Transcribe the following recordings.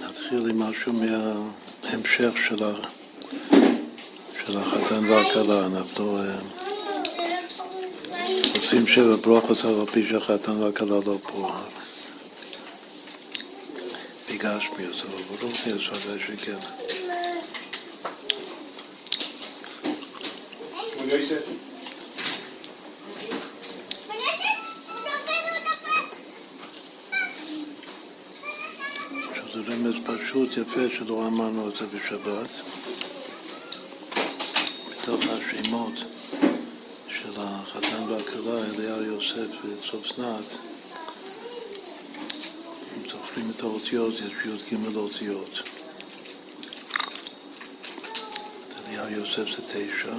נתחיל עם משהו מההמשך של החתן והכלה. אנחנו עושים 7 ברכות על פי שהחתן והכלה לא פה. בגשמי, אז ברוך יש ודאי שכן. שזה רמז פשוט יפה שלא אמרנו את זה בשבת. בתוך השמות של החתן והכלה, אליהו יוסף וצופנת, אם זוכרים את האותיות, יש י' ג' אותיות. אליהו יוסף זה 9,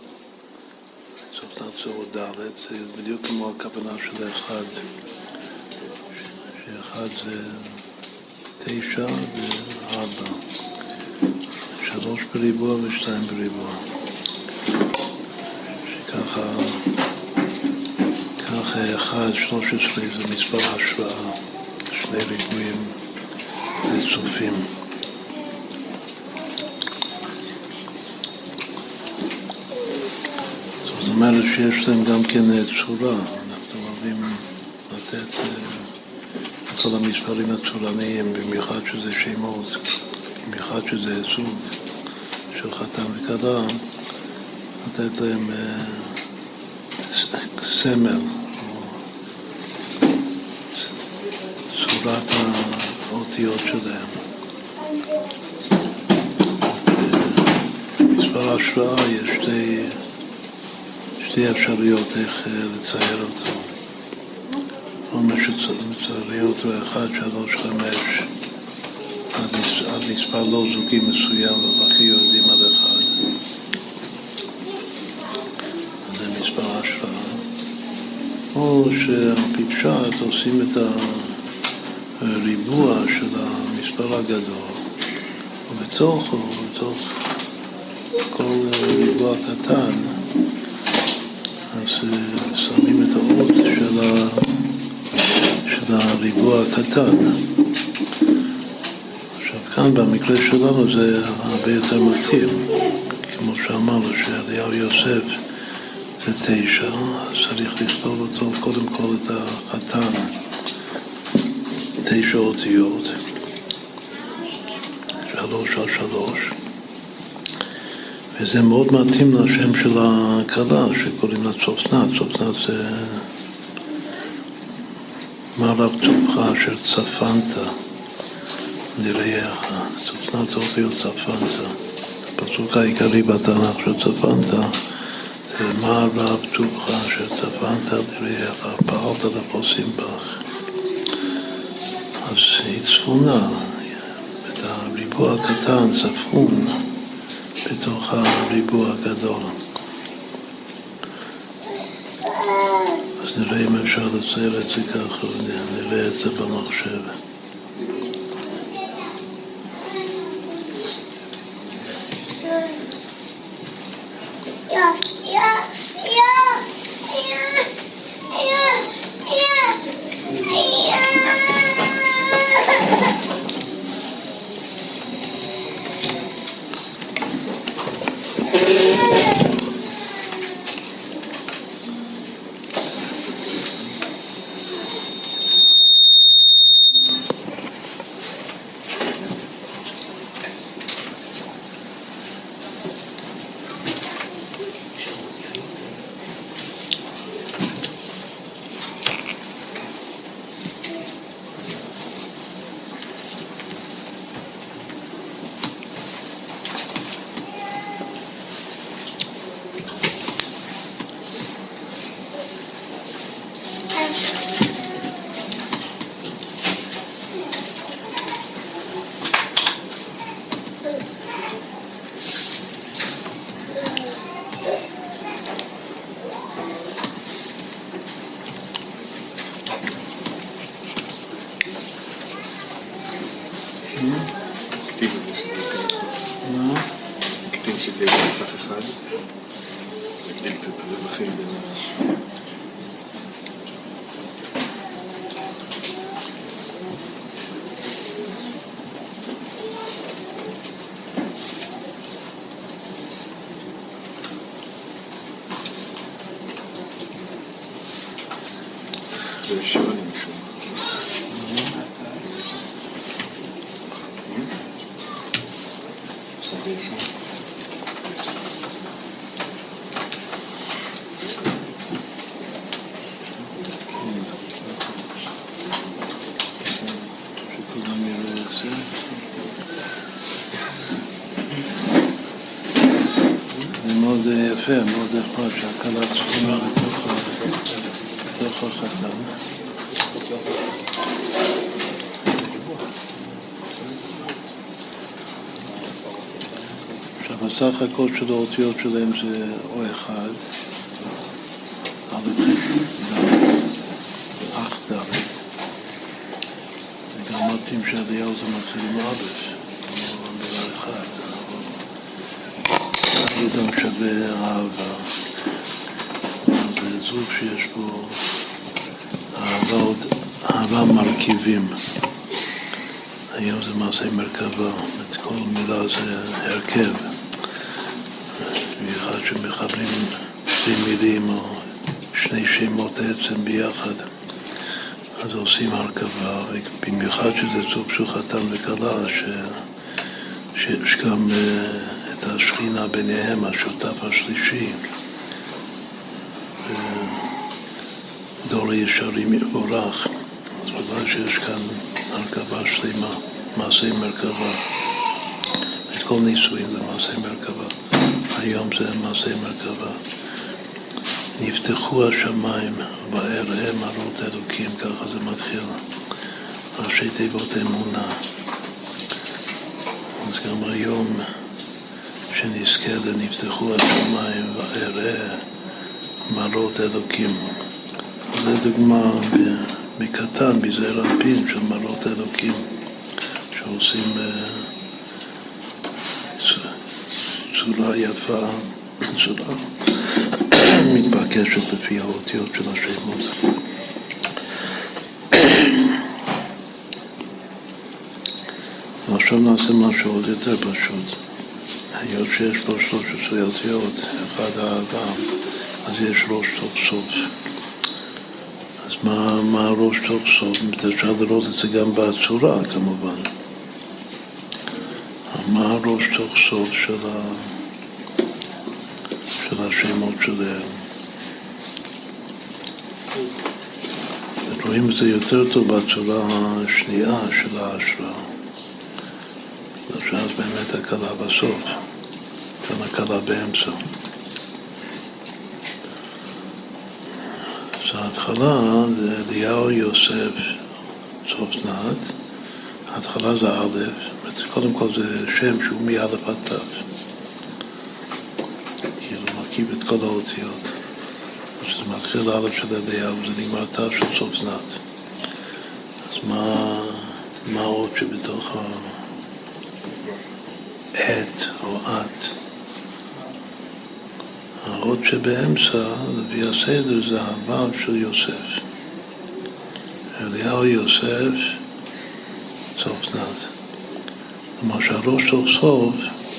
צופנת זה עוד ד', זה בדיוק כמו הכוונה של אחד, שאחד זה 9 ו4, 3 בריבוע ו2 בריבוע. שככה, 1, 13 זה מספר השראה, 2 ריבועים רצופים. זאת אומרת שיש להם גם כן צורה, אנחנו אוהבים לתת כל המספרים הצורניים, במיוחד שזה שמות, במיוחד שזה זוג של חתן וכלה, לתת להם סמל, או צורת האותיות שלהם. במספר השראה יש שתי אפשרויות איך לצייר אותו. או מציירים אותו 1, 3, 5 עד מספר לא זוגי מסוים וכי יודעים עד 1. אז זה מספר השראה. או שעל פי פשט עושים את הריבוע של המספר הגדול, ובתוך כל ריבוע קטן אז שמים את האות של הריבוע הקטן. עכשיו כאן במקרה שלנו זה הרבה יותר מתאים, כמו שאמרנו שאליהו יוסף זה 9, אז צריך לכתוב אותו קודם כל את החתן 9 אותיות, 3 על 3, וזה מאוד מתאים לשם של הכלה שקוראים לה צופנת. צופנת זה מה רב צומך אשר צפנת לרעך. צופנת זה אותיות צפנת. הפסוק העיקרי בתנ"ך של צפנת זה מה רב צומך אשר צפנת לרעך, פעלת לפוסים בך. אז היא צפונה, את הריבוע הקטן צפון בתוך הריבוע הגדול. אז נראה אם אפשר לצייר את זה ככה, נראה את זה במחשב. שזה יהיה מסך אחד, נגדיל קצת הרווחים בין זה שירני משום. שכולם יראו את זה. זה מאוד יפה, מאוד נחמד שהקלה צפונה בתוך החתן. עכשיו, הסך הכל של האותיות שלהם זה או אחד, א' אך ד'. וגם מתאים שהאליהו זה מתחיל עם א', לא מילה אחד. זה גם שווה אהבה. זה זוג שיש בו אהבה מרכיבים. היום זה מעשה מרכבה, את כל מילה זה הרכב. במיוחד שמחברים שתי מילים או שני שמות עצם ביחד, אז עושים הרכבה, ובמיוחד שזה זוג של חתן וכלה, שיש גם את השכינה ביניהם, השותף השלישי. דור ישרים יבורך, אז ודאי שיש כאן הרכבה שלמה, מעשה מרכבה. כל נישואים זה מעשה מרכבה. היום זה מעשה מרכבה. נפתחו השמיים ואראה מראות אלוקים, ככה זה מתחיל. ראשי תיבות אמונה. אז גם היום שנזכה לנפתחו השמיים ואראה מראות אלוקים. זו דוגמה מקטן, בזעיר אנפין של מראות אלוקים, שעושים צורה יפה, צורה מתבקשת לפי האותיות של השמות. ועכשיו נעשה משהו עוד יותר פשוט. היות שיש לו 13 אותיות, אחד האהבה, אז יש ראש סוף סוף. אז מה ראש סוף סוף? אפשר לראות את זה גם בצורה כמובן. מה ראש סוף סוף של השמות שלהם? רואים את זה יותר טוב בצורה השנייה של ההשראה. אז באמת הקלה בסוף, כאן הקלה באמצע. אז ההתחלה זה אליהו יוסף סוף נת, ההתחלה זה א', קודם כל זה שם שהוא מאלף עד ת', כאילו מרכיב את כל האותיות. כשזה מתחיל א' של אליהו זה נגמר ת' של סוף נת. אז מה עוד שבתוך את או את? העוד שבאמצע, לפי הסדר, זה הבעל של יוסף. אליהו יוסף, סוף נת. כלומר שהראש סוף סוף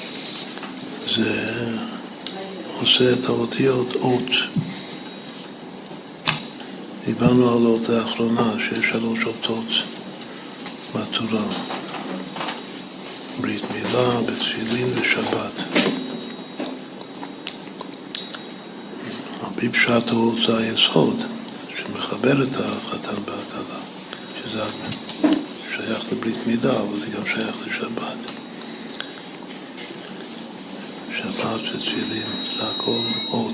זה עושה את האותיות אות. דיברנו על האות האחרונה, שיש 3 אותות בתורה. ברית מילה, בתפילין ושבת. על פי פשט האות זה היסוד שמחבר את החתן והכלה, שזה שייך לברית מילה, אבל זה גם שייך לשבת. שבת ותפילין זה הכל אות.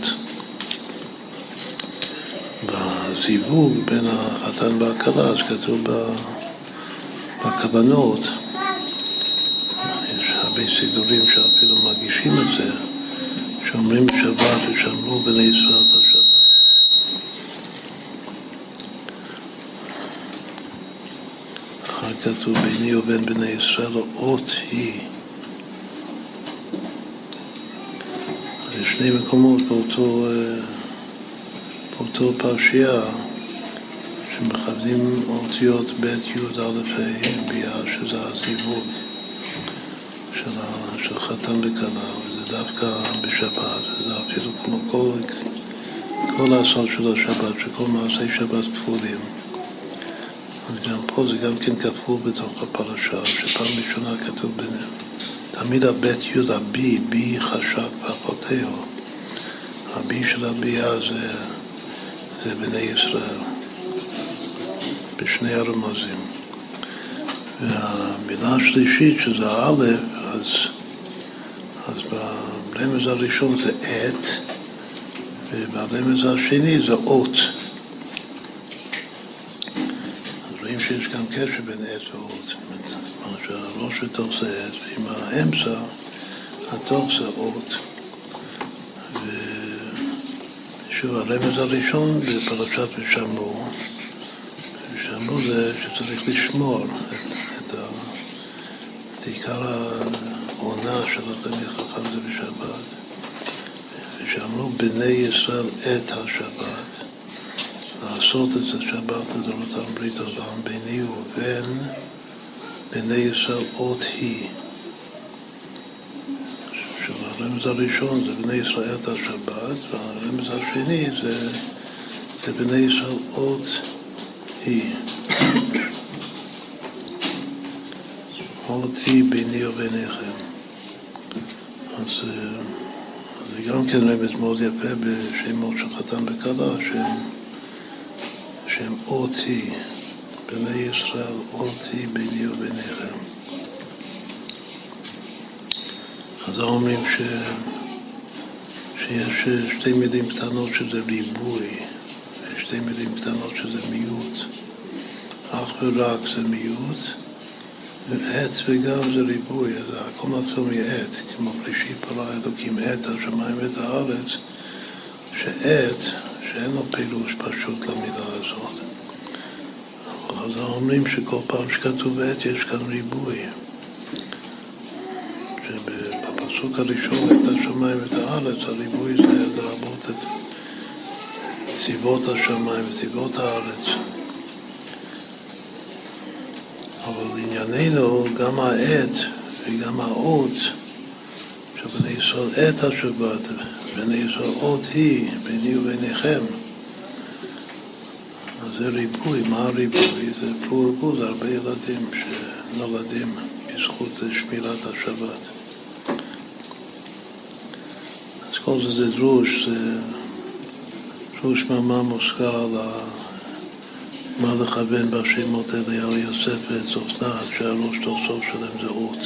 בזיווג בין החתן והכלה, אז כתוב בכוונות, יש הרבה סידורים שאפילו מגישים את זה, שאומרים שבת ושמרו בני ישראל את השבת. אחר כתוב ביני ובין בני ישראל אות היא. יש 2 מקומות באותו פרשייה שמכבדים אותיות ב' י' א' ה' ביאה, שזה הזיווג של חתן וכלה, וזה דווקא בשבת, וזה אפילו כמו כל הסוד של השבת, שכל מעשי שבת כפולים. אז גם פה זה גם כן כפול בתוך הפרשה, שפעם ראשונה כתוב ביניהם. תמיד הבית יוד הבי, בי חשק פחותהו. הבי של הביאה זה בני ישראל, בשני הרמזים. והמילה השלישית שזה האלף, אז ברמז הראשון זה עת, וברמז השני זה אות. אז רואים שיש גם קשר בין עת ואות. כלומר שהראש התוך זה עת, ועם האמצע התוך זה אות. ושוב, הרמז הראשון בפרשת ושמרו, ושמרו זה שצריך לשמור את עיקר העונה שלכם יחכם זה בשבת. ושמרו בני ישראל את השבת, לעשות את השבת לדורות ברית העולם ביני ובין בני ישראל אות היא. הרמז הראשון זה בני ישראל את השבת, והרמז השני זה בני ישראל אות היא. אות היא ביני וביניכם. אז זה גם כן רמז מאוד יפה בשמות של חתן וכלה, שהם אות היא, בני ישראל אות היא ביני וביניכם. אז אומרים שיש שתי מילים קטנות שזה ריבוי, שתי מילים קטנות שזה מיעוט. אך ורק זה מיעוט, ועת וגם זה ריבוי, אז הכל מתחיל מעת, כמו פרישי פרה אלוקים עת השמיים ואת הארץ, שעת, שאין לו פירוש פשוט למילה הזאת. אבל אז אומרים שכל פעם שכתוב עת יש כאן ריבוי. בפסוק הראשון את השמיים ואת הארץ, הריבוי זה לרבות את צבאות השמיים וצבאות הארץ. אבל לענייננו גם העת וגם האות שבני ישראל עת השבת, בני ישראל אות היא ביני וביניכם. אז זה ריבוי. מה הריבוי? זה פורבו, זה הרבה ילדים שנולדים בזכות שמירת השבת. אז כל זה דרוש, זה דרוש ממש מוזכר על מה לכוון בשמות אליהו יוסף וצופנת, שהראש תוך סוף שלהם זה אות.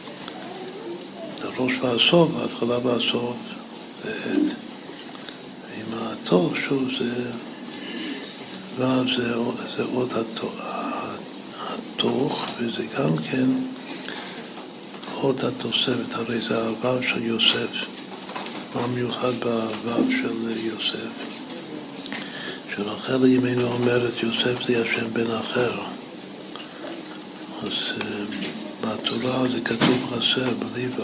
הראש והסוף, ההתחלה והסוף זה עת. ועם התוך שוב זה ו' זה אות התוך, וזה גם כן אות התוספת, הרי זה הו' של יוסף. מה מיוחד בו' של יוסף? שרחל ימינו אומרת יוסף לי השם בן אחר. אז בתורה זה כתוב חסר בלי ו',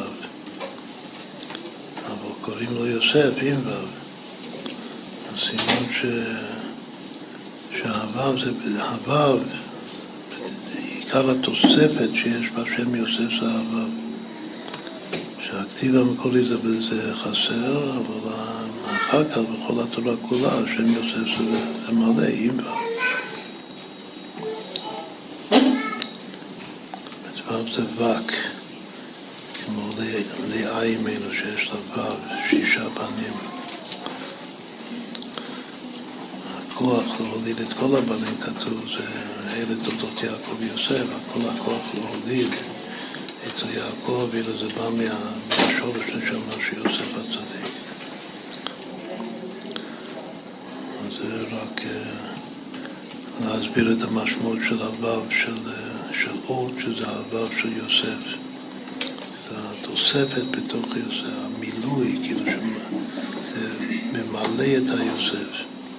אבל קוראים לו יוסף עם ו'. אז סימן שהו' זה הו', עיקר התוספת שיש בשם יוסף זה הו'. שהכתיב המקורי זה חסר, אבל אחר כך בכל התורה כולה, השם יוסף זה מלא עם ו'. ו' זה וק, כמו לאה אימנו שיש לה ו', 6 בנים. הכוח להוליד את כל הבנים כתוב, זה אלה תולדות יעקב יוסף, הכל הכוח להוליד אצל יעקב, אלא זה בא מהשורש נשמה של יוסף הצדיק. אז זה רק להסביר את המשמעות של הוו של אות, שזה הוו של יוסף. זה התוספת בתוך יוסף, המילוי, כאילו שזה ממלא את היוסף.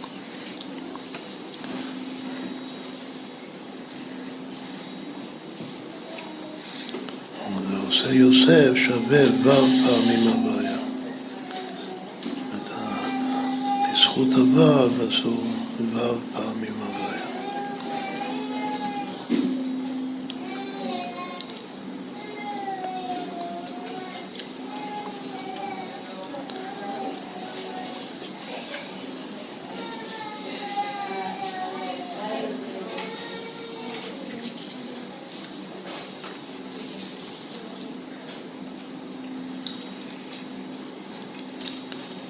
ועושה יוסף שווה ו' פעמים הוויה. בזכות הו' עשו ו' פעמים הוויה.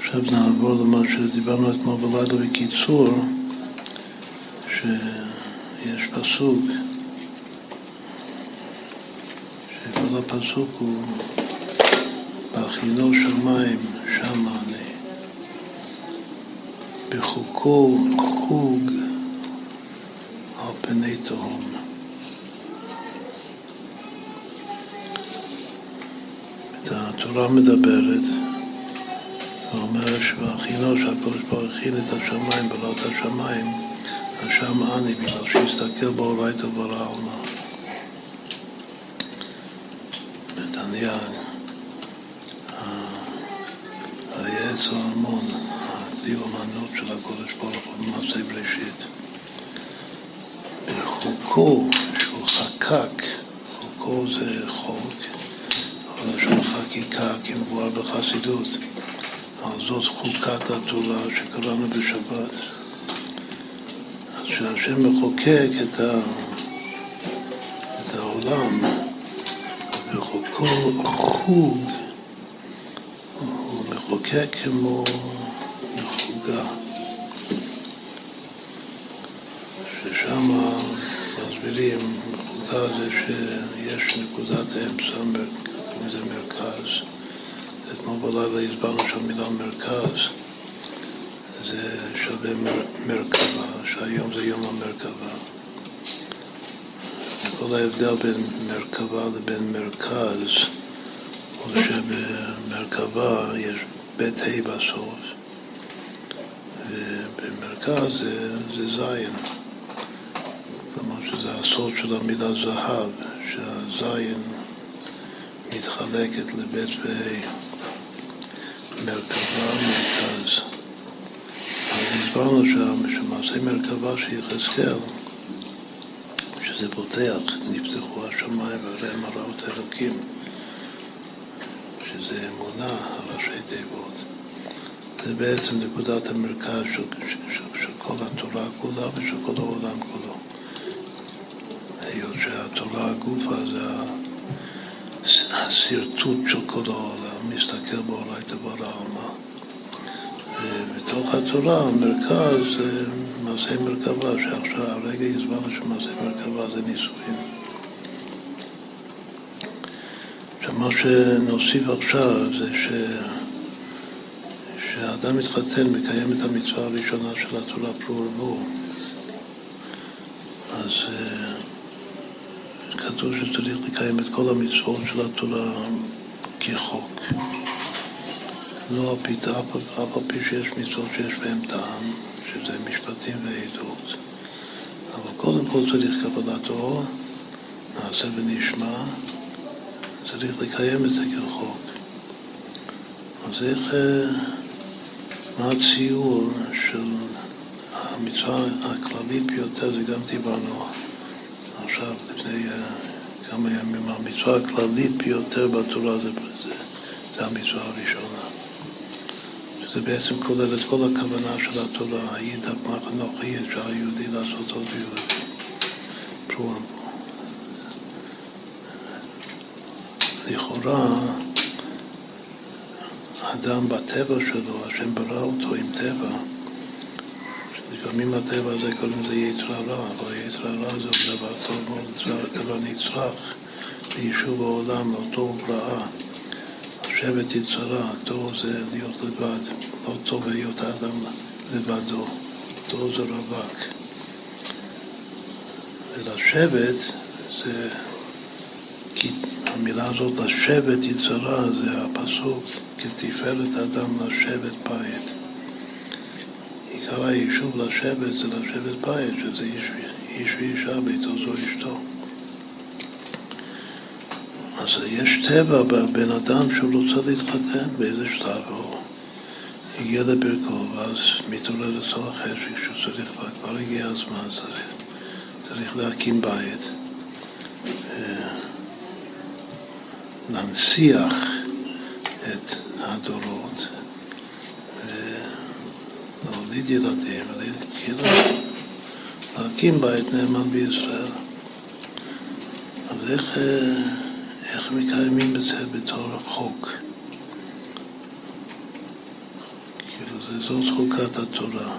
עכשיו נעבור למה שדיברנו אתמול בלילה בקיצור, שיש פסוק, שכל הפסוק הוא בהכינו שמיים, שם אני, בחוקו חוג על פני תהום. התורה מדברת ואומרת שבהכינו שהקדוש ברוך הוא הכין את השמיים ולא את השמיים, השם אני, בגלל שיסתכל באורייתא וברעלמא. בתניא, היעץ הוא המון, הכלי אומנות של הקדוש ברוך הוא במעשה בראשית. בחוקו שהוא חקק, חוקו זה חוק, אבל של חקיקה, כמבואר בחסידות. על זאת חוקת התורה שקראנו בשבת. אז שהשם מחוקק את העולם, וחוקו חוג, הוא מחוקק כמו מחוגה. ששם מסבירים, מחוגה זה שיש נקודת אמצע, זה מרכז. אתמול בלילה הסברנו שהמילה מרכז זה שווה מרכבה, שהיום זה יום המרכבה. כל ההבדל בין מרכבה לבין מרכז הוא שבמרכבה יש בית ה' בסוף, ובמרכז זה זין. כלומר שזה הסוד של המילה זהב, שהזין מתחלקת לבית וה'. מרכבה, מרכז. אז הסברנו שמעשה מרכבה שיחזקאל, שזה פותח, נפתחו השמיים וראיהם הראו את האלוקים, שזה אמונה, ראשי תיבות. זה בעצם נקודת המרכז של כל התורה כולה ושל כל העולם כולו. היות שהתורה הגופה זה הסרטוט של כל העולם, מסתכל באורייתא וברעלמא. ובתוך התורה המרכז זה מעשה מרכבה, שעכשיו הרגע הסברנו שמעשה מרכבה זה נישואין. שמה שנוסיף עכשיו זה שהאדם מתחתן, מקיים את המצווה הראשונה של התורה פרו ורבו. אז כתוב שצריך לקיים את כל המצוות של התורה כחוק. לא אף על פי שיש מצוות שיש בהם טעם, שזה משפטים ועדות. אבל קודם כל צריך קבלת אור, נעשה ונשמע, צריך לקיים את זה כחוק. אז איך, מה הציור של המצווה הכללית ביותר, זה גם דיברנו עכשיו, לפני כמה ימים, המצווה הכללית ביותר בתורה זה המצווה הראשונה. שזה בעצם כולל את כל הכוונה של התורה, הידע מחנוכי, שהיהודי לעשות עוד יהודי. פרו ורבו. לכאורה, אדם בטבע שלו, השם ברא אותו עם טבע, לפעמים הטבע הזה קוראים לזה יצר הרע, אבל יצר הרע זה דבר טוב מאוד, דבר נצרך ליישוב העולם, לא טוב רעה. שבט יצרה, טוב זה להיות לבד, לא טוב להיות האדם לבדו, טוב זה רווק. ולשבט זה, כי המילה הזאת לשבט יצרה זה הפסוק, כתפארת אדם לשבט בית. עיקר היישוב לשבט זה לשבט בית, שזה איש ואישה, ביתו זו אשתו. אז יש טבע בבן אדם שהוא רוצה להתחתן באיזה שלב, הוא הגיע לברכו, ואז מתעורר לצורך חשק שהוא צריך, כבר הגיע הזמן, צריך להקים בית, להנציח את הדורות, להוליד ילדים, להקים בית נאמן בישראל. אז איך מקיימים את זה בתור חוק? זאת חוקת התורה.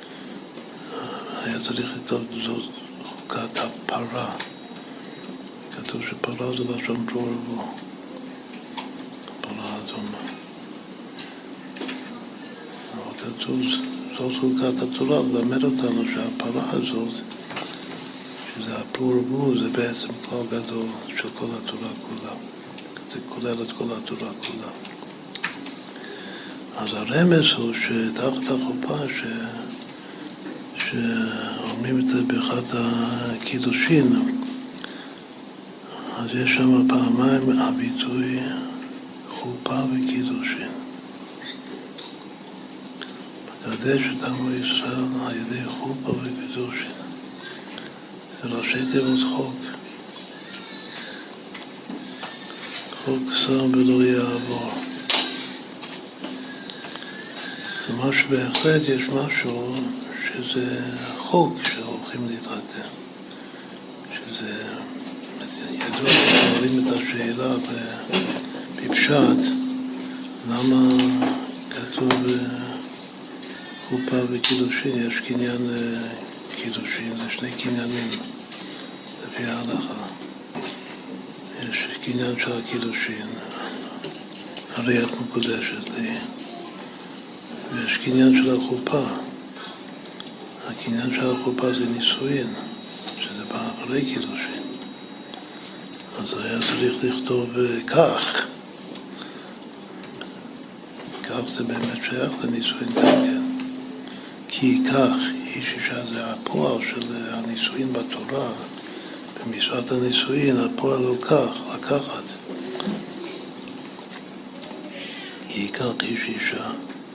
היה צריך לכתוב זאת חוקת הפרה. כתוב שפרה זה לשון פרו ורבו. הפרה האדומה. אבל כתוב זאת חוקת התורה, ללמד אותנו שהפרה הזאת, שזה הפרו ורבו, זה בעצם כלל גדול של כל התורה כולה. זה כולל את כל התורה כולה. אז הרמז הוא שתחת החופה שאומרים את זה באחד הקידושין, אז יש שם פעמיים הביטוי חופה וקידושין. מקדש את עמו ישראל על ידי חופה וקידושין. זה ראשי תיבות חוק. חוק שם ולא יעבור. כלומר שבהחלט יש משהו שזה חוק שהולכים להתחתן. שזה ידוע ששואלים את השאלה בפשט, למה כתוב חופה וקידושין, יש קניין קידושין, זה שני קניינים לפי ההלכה. יש קניין של הקידושין, הרי את מקודשת לי, ויש קניין של החופה. הקניין של החופה זה נישואין, שזה בא אחרי קידושין. אז היה צריך לכתוב כך. כך זה באמת שייך לנישואין גם כן. כי כך, איש אישה זה הפועל של הנישואין בתורה, במשפט הנישואין, הפועל הוא כך, לקחת. ייקח איש אישה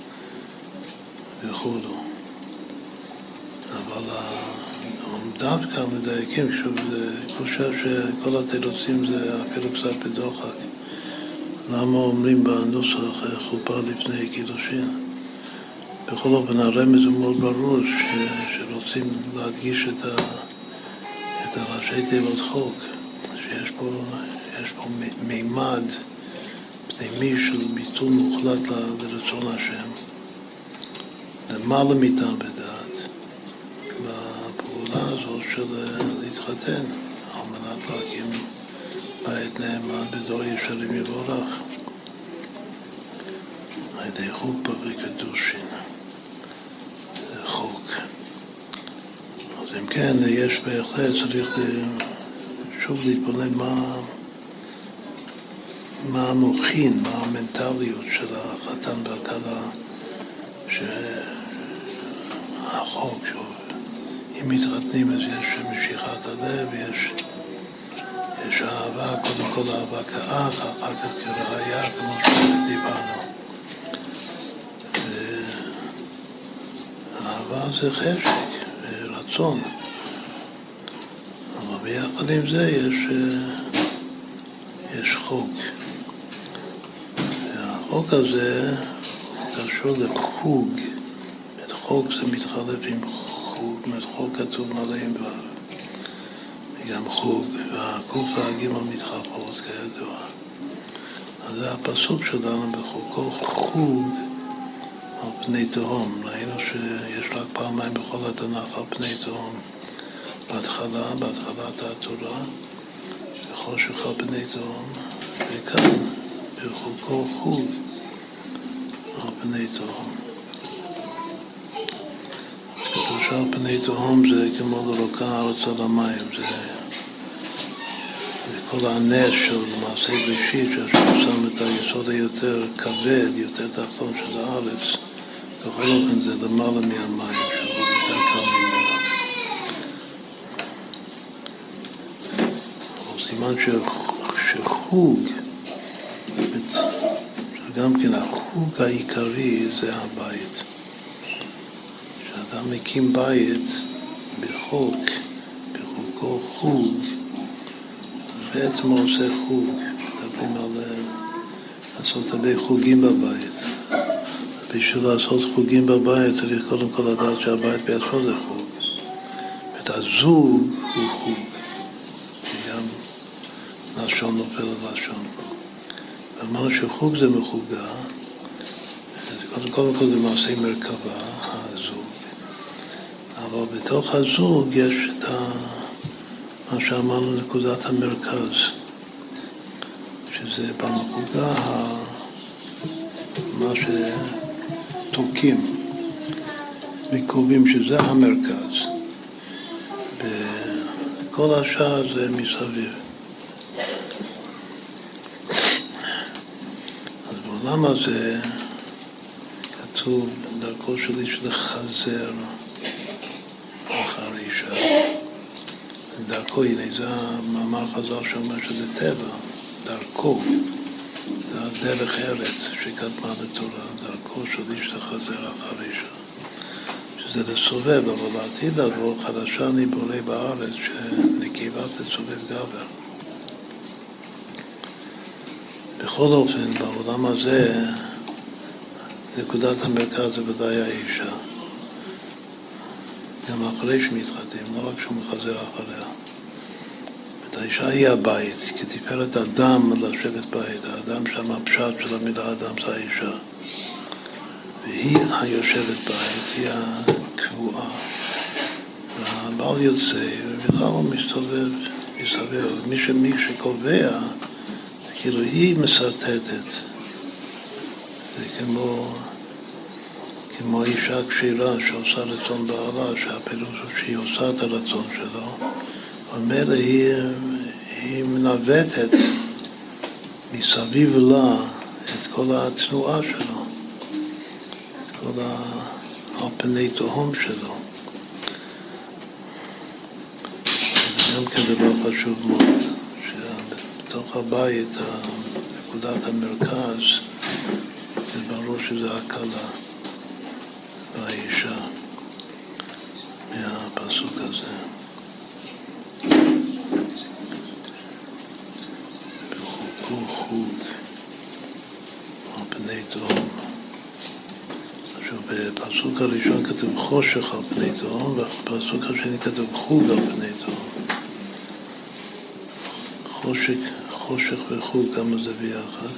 וכולו. אבל דווקא מדייקים, שוב, זה קושה שכל התירוצים זה אפילו קצת בדוחק. למה אומרים בנוסח חופה לפני קידושין? בכל אופן הרמז הוא מאוד ברור שרוצים להדגיש את הראשי תיבות חוק, שיש פה מימד פנימי של ביטול מוחלט לרצון השם, למעלה מטעם בדעת, בפעולה הזאת של להתחתן, על מנת להקים בית נאמן בדור ישרים יבורך, על ידי חופה וקידושין. זה חוק. אז אם כן, יש בהחלט, צריך שוב להתבונן מה המוחין, מה המנטליות של החתן והכלה, שהחוק, אם מתחתנים אז יש משיכת הלב, יש אהבה, קודם כל אהבה כאח, אחר כך כראיה, כמו שדיברנו. אהבה זה חשק ורצון, אבל ביחד עם זה יש חוק. והחוק הזה קשור לחוג. את חוק זה מתחלף עם חוג, חוק כתוב מלא עם דבר. גם חוג, והקוף והגימל מתחלפות כידוע. אז זה הפסוק שלנו בחוקו, חוג על פני תהום. ראינו שיש רק פעמיים בכל התנ"ך על פני תהום. בהתחלת התורה, בחושך על פני תהום, וכאן בחוקו חוג על פני תהום. כתוב שעל פני תהום זה כמו לרוקה הארץ על המים, זה כל הנס של מעשה בראשית, שהוא שם את היסוד היותר כבד, יותר תחתון של הארץ, בכל אופן זה למעלה מהמים, שהוא יותר קל ממנו. אבל סימן שחוג, שגם כן החוג העיקרי זה הבית. כשאדם מקים בית בחוקו חוג, בעצם הוא עושה חוג, מדברים על לעשות הרבה חוגים בבית. בשביל לעשות חוגים בבית צריך קודם כל לדעת שהבית בעצמו זה חוג. את הזוג הוא חוג, גם לשון נופל על לשון. ואמרנו שחוג זה מחוגה, אז קודם כל זה מעשה מרכבה, הזוג. אבל בתוך הזוג יש את מה שאמרנו נקודת המרכז, שזה בנקודה מה שתוקים, מקרובים, שזה המרכז. וכל השאר זה מסביב. אז בעולם הזה כתוב דרכו של איש לחזר אחר אישה. דרכו, הנה זה המאמר חז"ל שאומר שזה טבע, דרכו. זה הדרך ארץ שקדמה לתורה, דרכו של איש לחזר אחר אישה. שזה לסובב, אבל לעתיד לבוא חדשה אני בורא בארץ שנקבה תסובב גבר. בכל אופן, בעולם הזה, נקודת המרכז זה ודאי האישה. גם אחרי שמתחתנים, לא רק שהוא מחזר אחריה. האישה היא הבית, כתפארת אדם לשבת בית. האדם שם, הפשט של המילה אדם זה האישה. והיא היושבת בית, היא הקבועה. והבעל יוצא, ובכלל הוא מסתובב מסביב. מי שקובע, כאילו היא מסרטטת. זה כמו אישה קשירה שעושה רצון בעלה, שהפירוש הוא שהיא עושה את הרצון שלו. אומרת, היא מנווטת מסביב לה את כל התנועה שלו, את כל על פני תהום שלו. גם כן דבר חשוב מאוד, שבתוך הבית, נקודת המרכז, זה ברור שזה הכלה והאישה, מהפסוק הזה. חוג על פני תהום. עכשיו בפסוק הראשון כתוב חושך על פני תהום, ובפסוק השני כתוב חוג על פני תהום. חושך וחוג, כמה זה ביחד?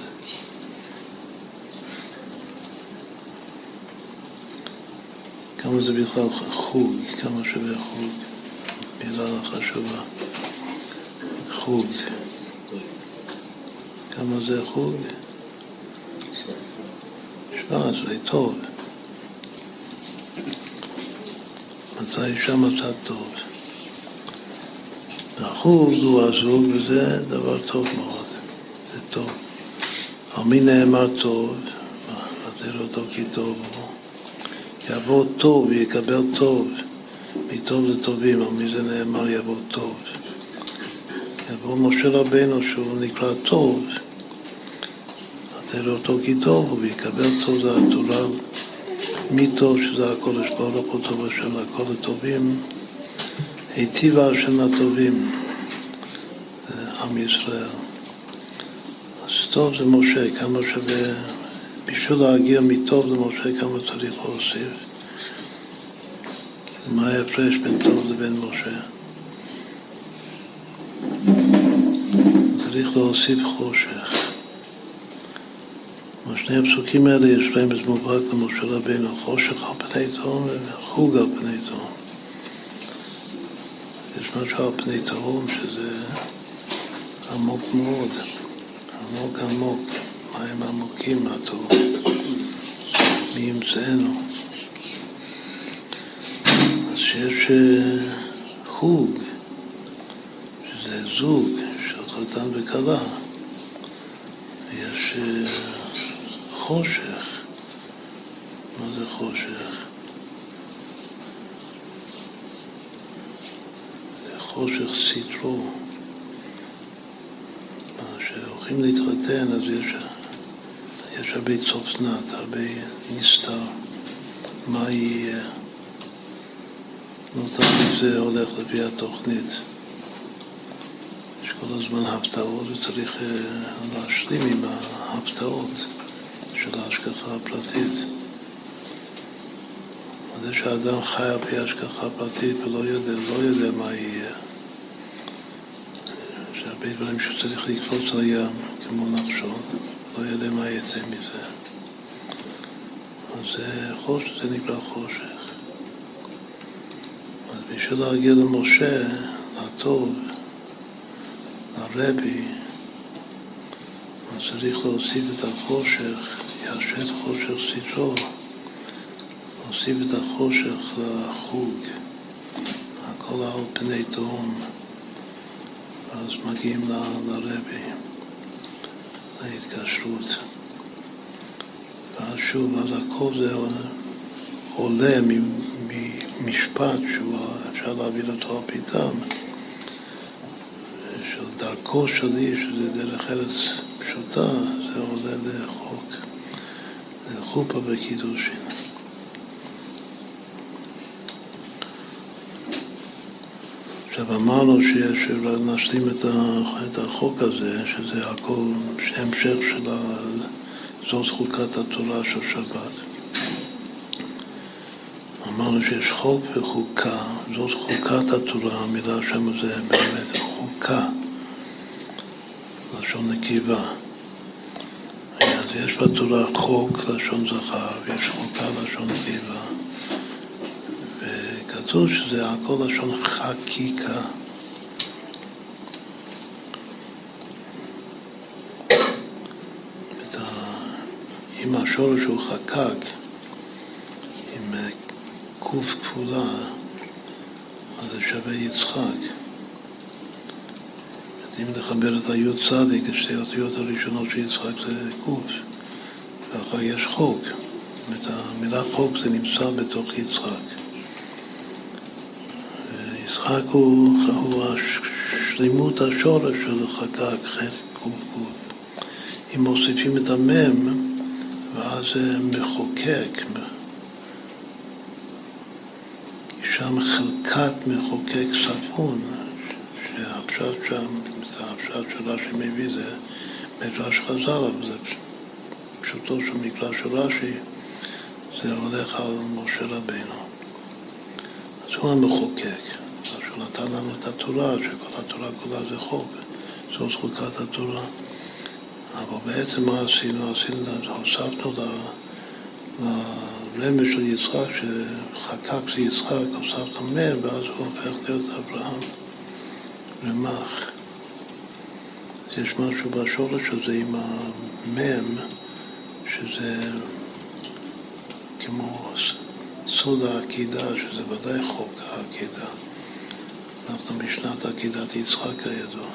כמה זה בכלל חוג? כמה שווה חוג? מילה חשובה. חוג. כמה זה חוג? 17, טוב. מצא אישה מצא טוב. החוג הוא הזוג, וזה דבר טוב מאוד. זה טוב. על מי נאמר טוב? ותראה אותו כי טוב הוא. יבוא טוב, יקבל טוב. מטוב לטובים, על מי זה נאמר יבוא טוב. יבוא משה רבנו שהוא נקרא טוב. תראה אותו כי טוב הוא, ויקבל טוב זה התורה מטוב שזה הקודש ברוך הוא טוב השם לכל הטובים, היטיב השם לטובים, זה עם ישראל. אז טוב זה משה, כמה שווה, בשביל להגיע מטוב למשה כמה צריך להוסיף. מה ההפרש בין טוב לבין משה? צריך להוסיף חושך. שני הפסוקים האלה יש להם מובהק למשה רבנו, חושך על פני תהום וחוג על פני תהום. יש משהו על פני תהום שזה עמוק מאוד, עמוק עמוק, מים עמוקים מהתהום, מי ימצאנו. אז שיש חוג, שזה זוג של חתן וכלה, ויש חושך. מה זה חושך? זה חושך סיטרו. כשהולכים להתחתן אז יש הרבה צופנת, הרבה נסתר. מה יהיה? לא תמיד זה הולך לפי התוכנית. יש כל הזמן הפתעות וצריך להשלים עם ההפתעות של ההשגחה הפרטית. זה שהאדם חי על פי השגחה פרטית ולא יודע מה יהיה. יש הרבה דברים שצריך לקפוץ לים כמו נחשון, לא יודע מה יצא מזה. אז זה נקרא חושך. אז בשביל להגיע למשה, לטוב, לרבי, אז צריך להוסיף את החושך, ישת חושך סיטרו, להוסיף את החושך לחוג, הכל על פני תהום, אז מגיעים לרבי, להתקשרות. ואז שוב, אז הכל זה עולה ממשפט שאפשר להעביר אותו על פיתם, של דרכו שלי, שזה דרך ארץ פשוטה, זה עולה לחוק, לחופה וקידושין. עכשיו אמרנו שנשלים את החוק הזה, שזה הכל המשך של זאת חוקת התורה של שבת. אמרנו שיש חוק וחוקה, זאת חוקת התורה, המילה שם זה באמת חוקה, לשון נקבה. אז יש בתורה חוק לשון זכר, ויש חוקה לשון נקבה. וכתוב שזה הכל לשון חקיקה. אם השורש הוא חקק, עם קוף כפולה, אז זה שווה יצחק. אם נחבר את היוד צדיק, שתי אותיות הראשונות של יצחק זה קוף, ואחר יש חוק. המילה חוק זה נמצא בתוך יצחק. יצחק הוא השלימות השורש של חקק, חטא קוף קוף. אם מוסיפים את המם, ואז זה מחוקק, שם חלקת מחוקק ספון, שהפשט שם, הפשט של רש"י מביא זה מדרש חז"ל, אבל זה פשוטו של מקרא של רש"י, זה הולך על משה רבינו. אז הוא המחוקק, אז הוא נתן לנו את התורה, שכל התורה כולה זה חוק, זאת חוקת התורה. אבל בעצם מה עשינו? הוספנו לרמז של יצחק, שחקק זה יצחק, הוספנו מם, ואז הוא הופך להיות אברהם, רמ"ח. אז יש משהו בשורש הזה עם המם, שזה כמו סוד העקידה, שזה ודאי חוק העקידה. אנחנו בשנת עקידת יצחק כידוע.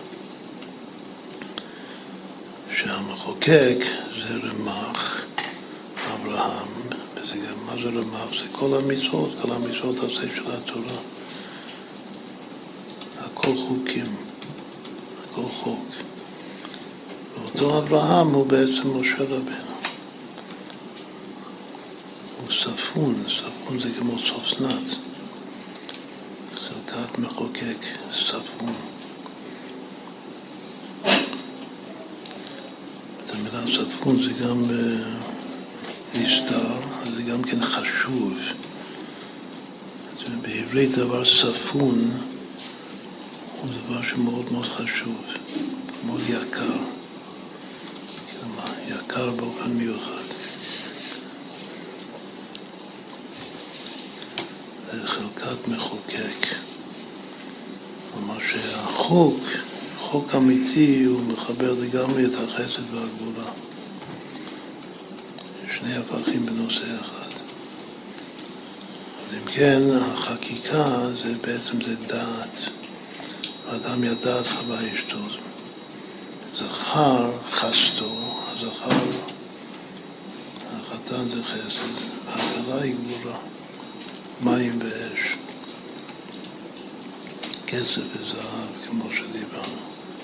שהמחוקק זה רמ"ח, אברהם, וזה גם, מה זה רמ"ח? זה כל המצוות הזה של התורה. הכל חוקים, הכל חוק. ואותו אברהם הוא בעצם משה רבינו. הוא ספון, ספון זה כמו סופסנת. חלקת מחוקק, ספון. המילה ספון זה גם נסתר, זה גם כן חשוב. בעברית דבר ספון הוא דבר שמאוד מאוד חשוב, מאוד יקר. יקר באופן מיוחד. זה חלקת מחוקק. כלומר שהחוק, חוק אמיתי, הוא מחבר לגמרי את החסד והגבורה. שני הפכים בנושא אחד. אז אם כן, החקיקה זה בעצם זה דעת. האדם ידע את חווה אשתו. זכר חסתו, הזכר, החתן זה חסד, והכלה היא גבורה. מים ואש. כסף וזהב, כמו שדיברנו.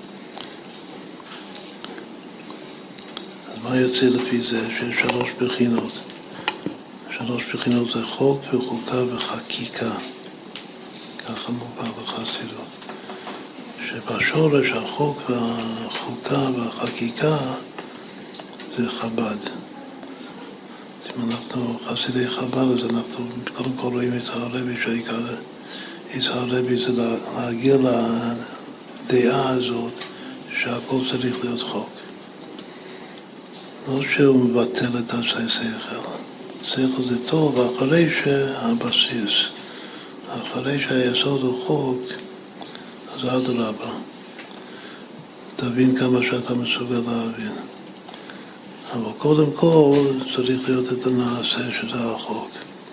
אז מה יוצא לפי זה? שיש שלוש בחינות. שלוש בחינות זה חוק וחוקה וחקיקה. ככה מובא בחסידות. שבשורש החוק והחוקה והחקיקה זה חב"ד. אם אנחנו חסידי חב"ד, אז אנחנו קודם כל רואים את הרבי שהעיקר, את הרבי זה להגיע לדעה הזאת שהכל צריך להיות חוק. לא שהוא מבטל את השכל, שכל זה טוב, אחרי שהבסיס, אחרי שהיסוד הוא חוק, אז אדרבה. תבין כמה שאתה מסוגל להבין. אבל קודם כל צריך להיות את הנעשה שזה החוק.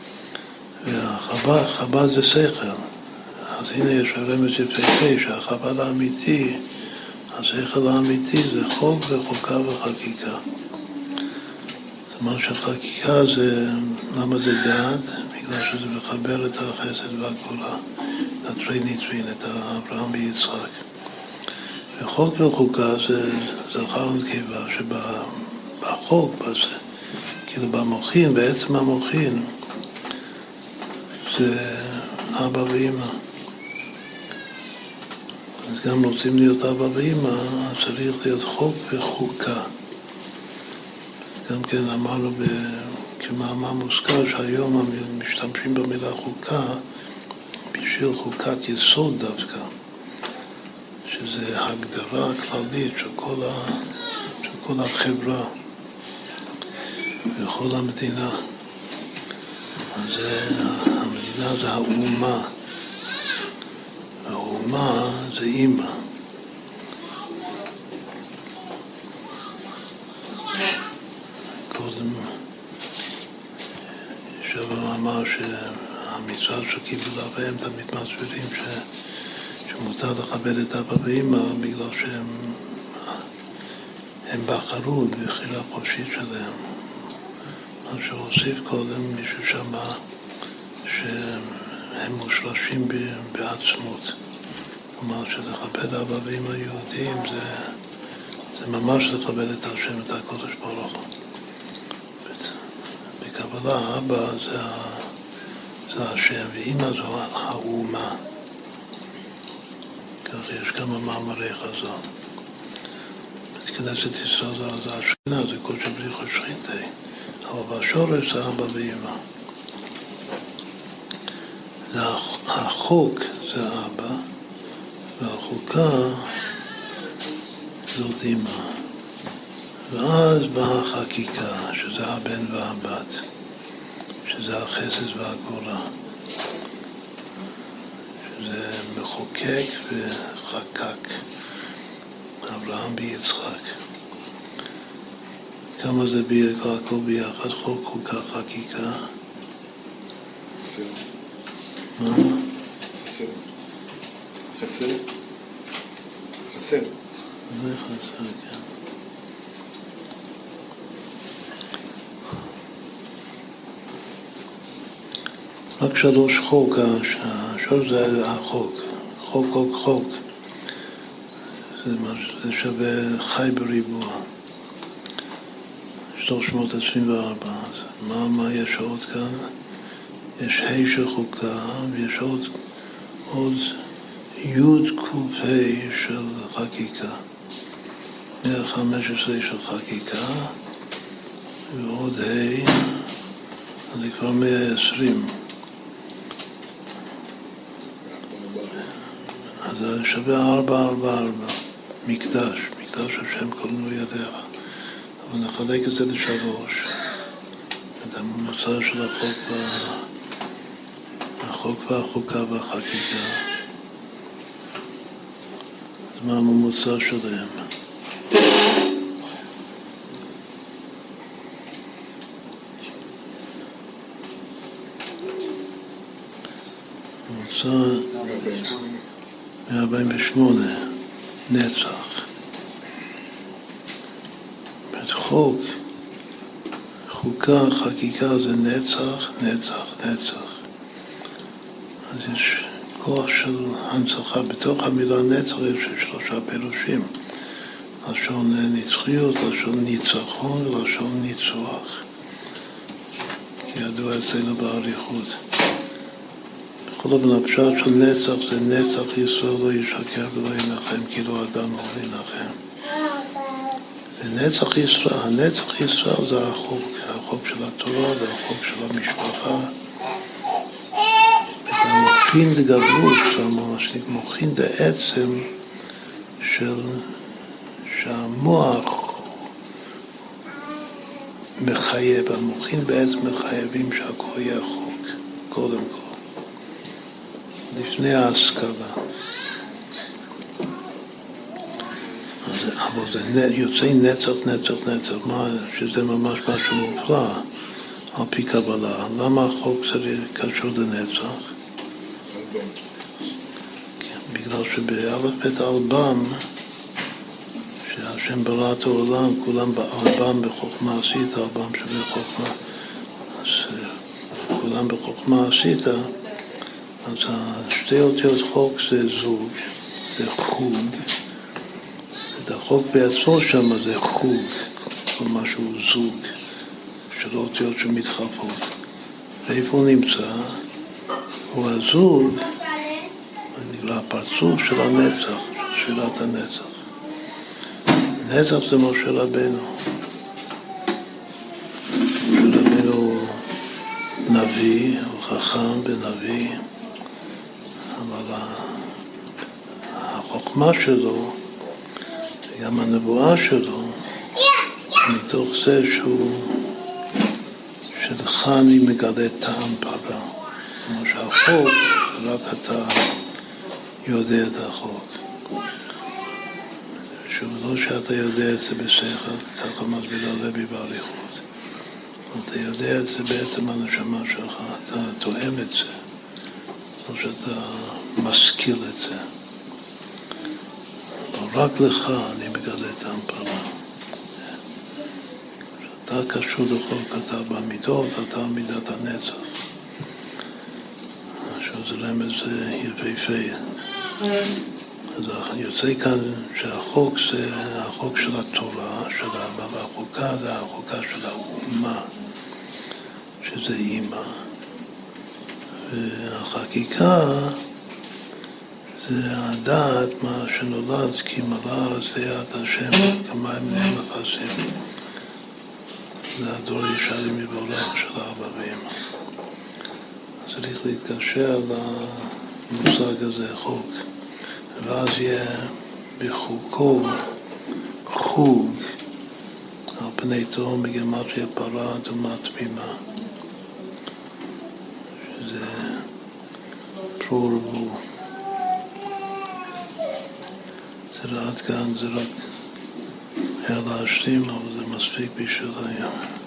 והחב"ד זה שכל. אז הנה יש רמז יפהפה שהחב"ד האמיתי, השכל האמיתי זה חוק וחוקה וחקיקה. זאת אומרת שחקיקה זה, למה זה דעת? בגלל שזה מחבר את החסד והגבולה, את הטרי-ניטרין, את אברהם ויצחק. וחוק וחוקה זה זכר ונקבה, שבחוק, כאילו במוחין, בעצם המוחין, זה אבא ואמא. אז גם רוצים להיות אבא ואמא, אז צריך להיות חוק וחוקה. גם כן אמרנו כמאמר מוזכר שהיום משתמשים במילה חוקה בשביל חוקת יסוד דווקא, שזה הגדרה כללית של כל החברה וכל המדינה. אז המדינה זה האומה, האומה זה אימא. קודם שבא אמר שהמצווה שקיבלו והם תמיד מסבירים שמותר לכבד את אבא ואמא בגלל שהם בחרו בחירה חופשית שלהם. מה שהוסיף קודם מישהו שמע שהם מושרשים בעצמות. כלומר שלכבד אבא ואמא יהודים זה ממש לכבד את השם, את הקודש ברוך הוא. בקבלה אבא זה השם ואמא זו האומה. כך יש כמה מאמרי חז"ל. כנסת ישראל זה השכינה, זה קודש בריך ושכינתי. אבל בשורש זה אבא ואמא. החוק זה אבא, והחוקה זאת אמא. ואז באה החקיקה, שזה הבן והבת, שזה החסד והגבורה, שזה מחוקק וחקק, אברהם ויצחק. כמה זה הכל ביחד, חוק, חוקה, חקיקה? חסר. מה? חסר. חסר? חסר. זה חסר, כן. רק שלוש חוק, השור זה החוק, חוק, חוק, חוק. זה שווה חי בריבוע. 324. אז מה יש עוד כאן? יש ה' של חוקה, ויש עוד י' ק' ה' של חקיקה. 115 של חקיקה, ועוד ה', אז זה כבר 120. אז זה שווה 444. מקדש השם כולנו ידיך. אבל נחלק את זה לשלוש. את הממוצע של החוק והחוקה והחקיקה. אז מה הממוצע שלהם? הממוצע 148 נצח. חוק, חוקה, חקיקה זה נצח, נצח, נצח. אז יש כוח של הנצחה. בתוך המילה נצח יש 3 פירושים. לשון נצחיות, לשון ניצחון ולשון ניצוח. כידוע אצלנו באריכות. בכל אופן הפשט של נצח זה נצח ישראל לא ישקר ולא ינחם, כאילו אדם לא ינחם. ונצח ישראל, הנצח ישראל זה החוק של התורה והחוק של המשפחה. והמוחין דגדלות, המוחין בעצם שהמוח מחייב, המוחין בעצם מחייבים שהכל יהיה חוק, קודם כל, לפני ההשכלה. אבל זה יוצא נצח, שזה ממש משהו מופלא, על פי קבלה. למה החוק קשור לנצח? בגלל שבאלף בית אלבם, שהשם ברא את העולם, כולם באלבם בחוכמה עשית, אלבם שבחוכמה, אז כולם בחוכמה עשית, אז שתי אותיות חוק זה זוג, זה חוג, החוק בעצמו שם זה חוג, כל משהו זוג, של אותיות שמתחלפות. ואיפה הוא נמצא? הוא הזוג, נקרא הפרצוף של הנצח, של שאלת הנצח. נצח זה משה רבנו. משה רבנו נביא, הוא חכם ונביא, אבל החוכמה שלו, גם הנבואה שלו, מתוך זה שלך אני מגלה טעם פרה. כמו שהחוק, רק אתה יודע את החוק. שוב, לא שאתה יודע את זה בשכל, ככה מסביר הרבי באריכות. אתה יודע את זה בעצם הנשמה שלך, אתה תואם את זה, לא שאתה משכיל את זה. רק לך אני מגלה טעם פרה. אתה קשור לחוק, אתה במידות, אתה מידת הנצח. שזה רמז יפהפה. אז יוצא כאן שהחוק זה החוק של התורה, והחוקה זה החוקה של האומה, שזה אימא. והחקיקה זה הדעת, מה שנולד, כי מלא על דעת השם, כמים נהם נפסים. זה הדור ישרים מבורך של האבא ואמא. צריך להתקשר למושג הזה, חוק. ואז יהיה בחוקו חוג על פני תהום בגימטריה פרה אדומה תמימה. שזה פרו ורבו. זה עד כאן, זה רק היה להשלים, אבל זה מספיק בשביל היום.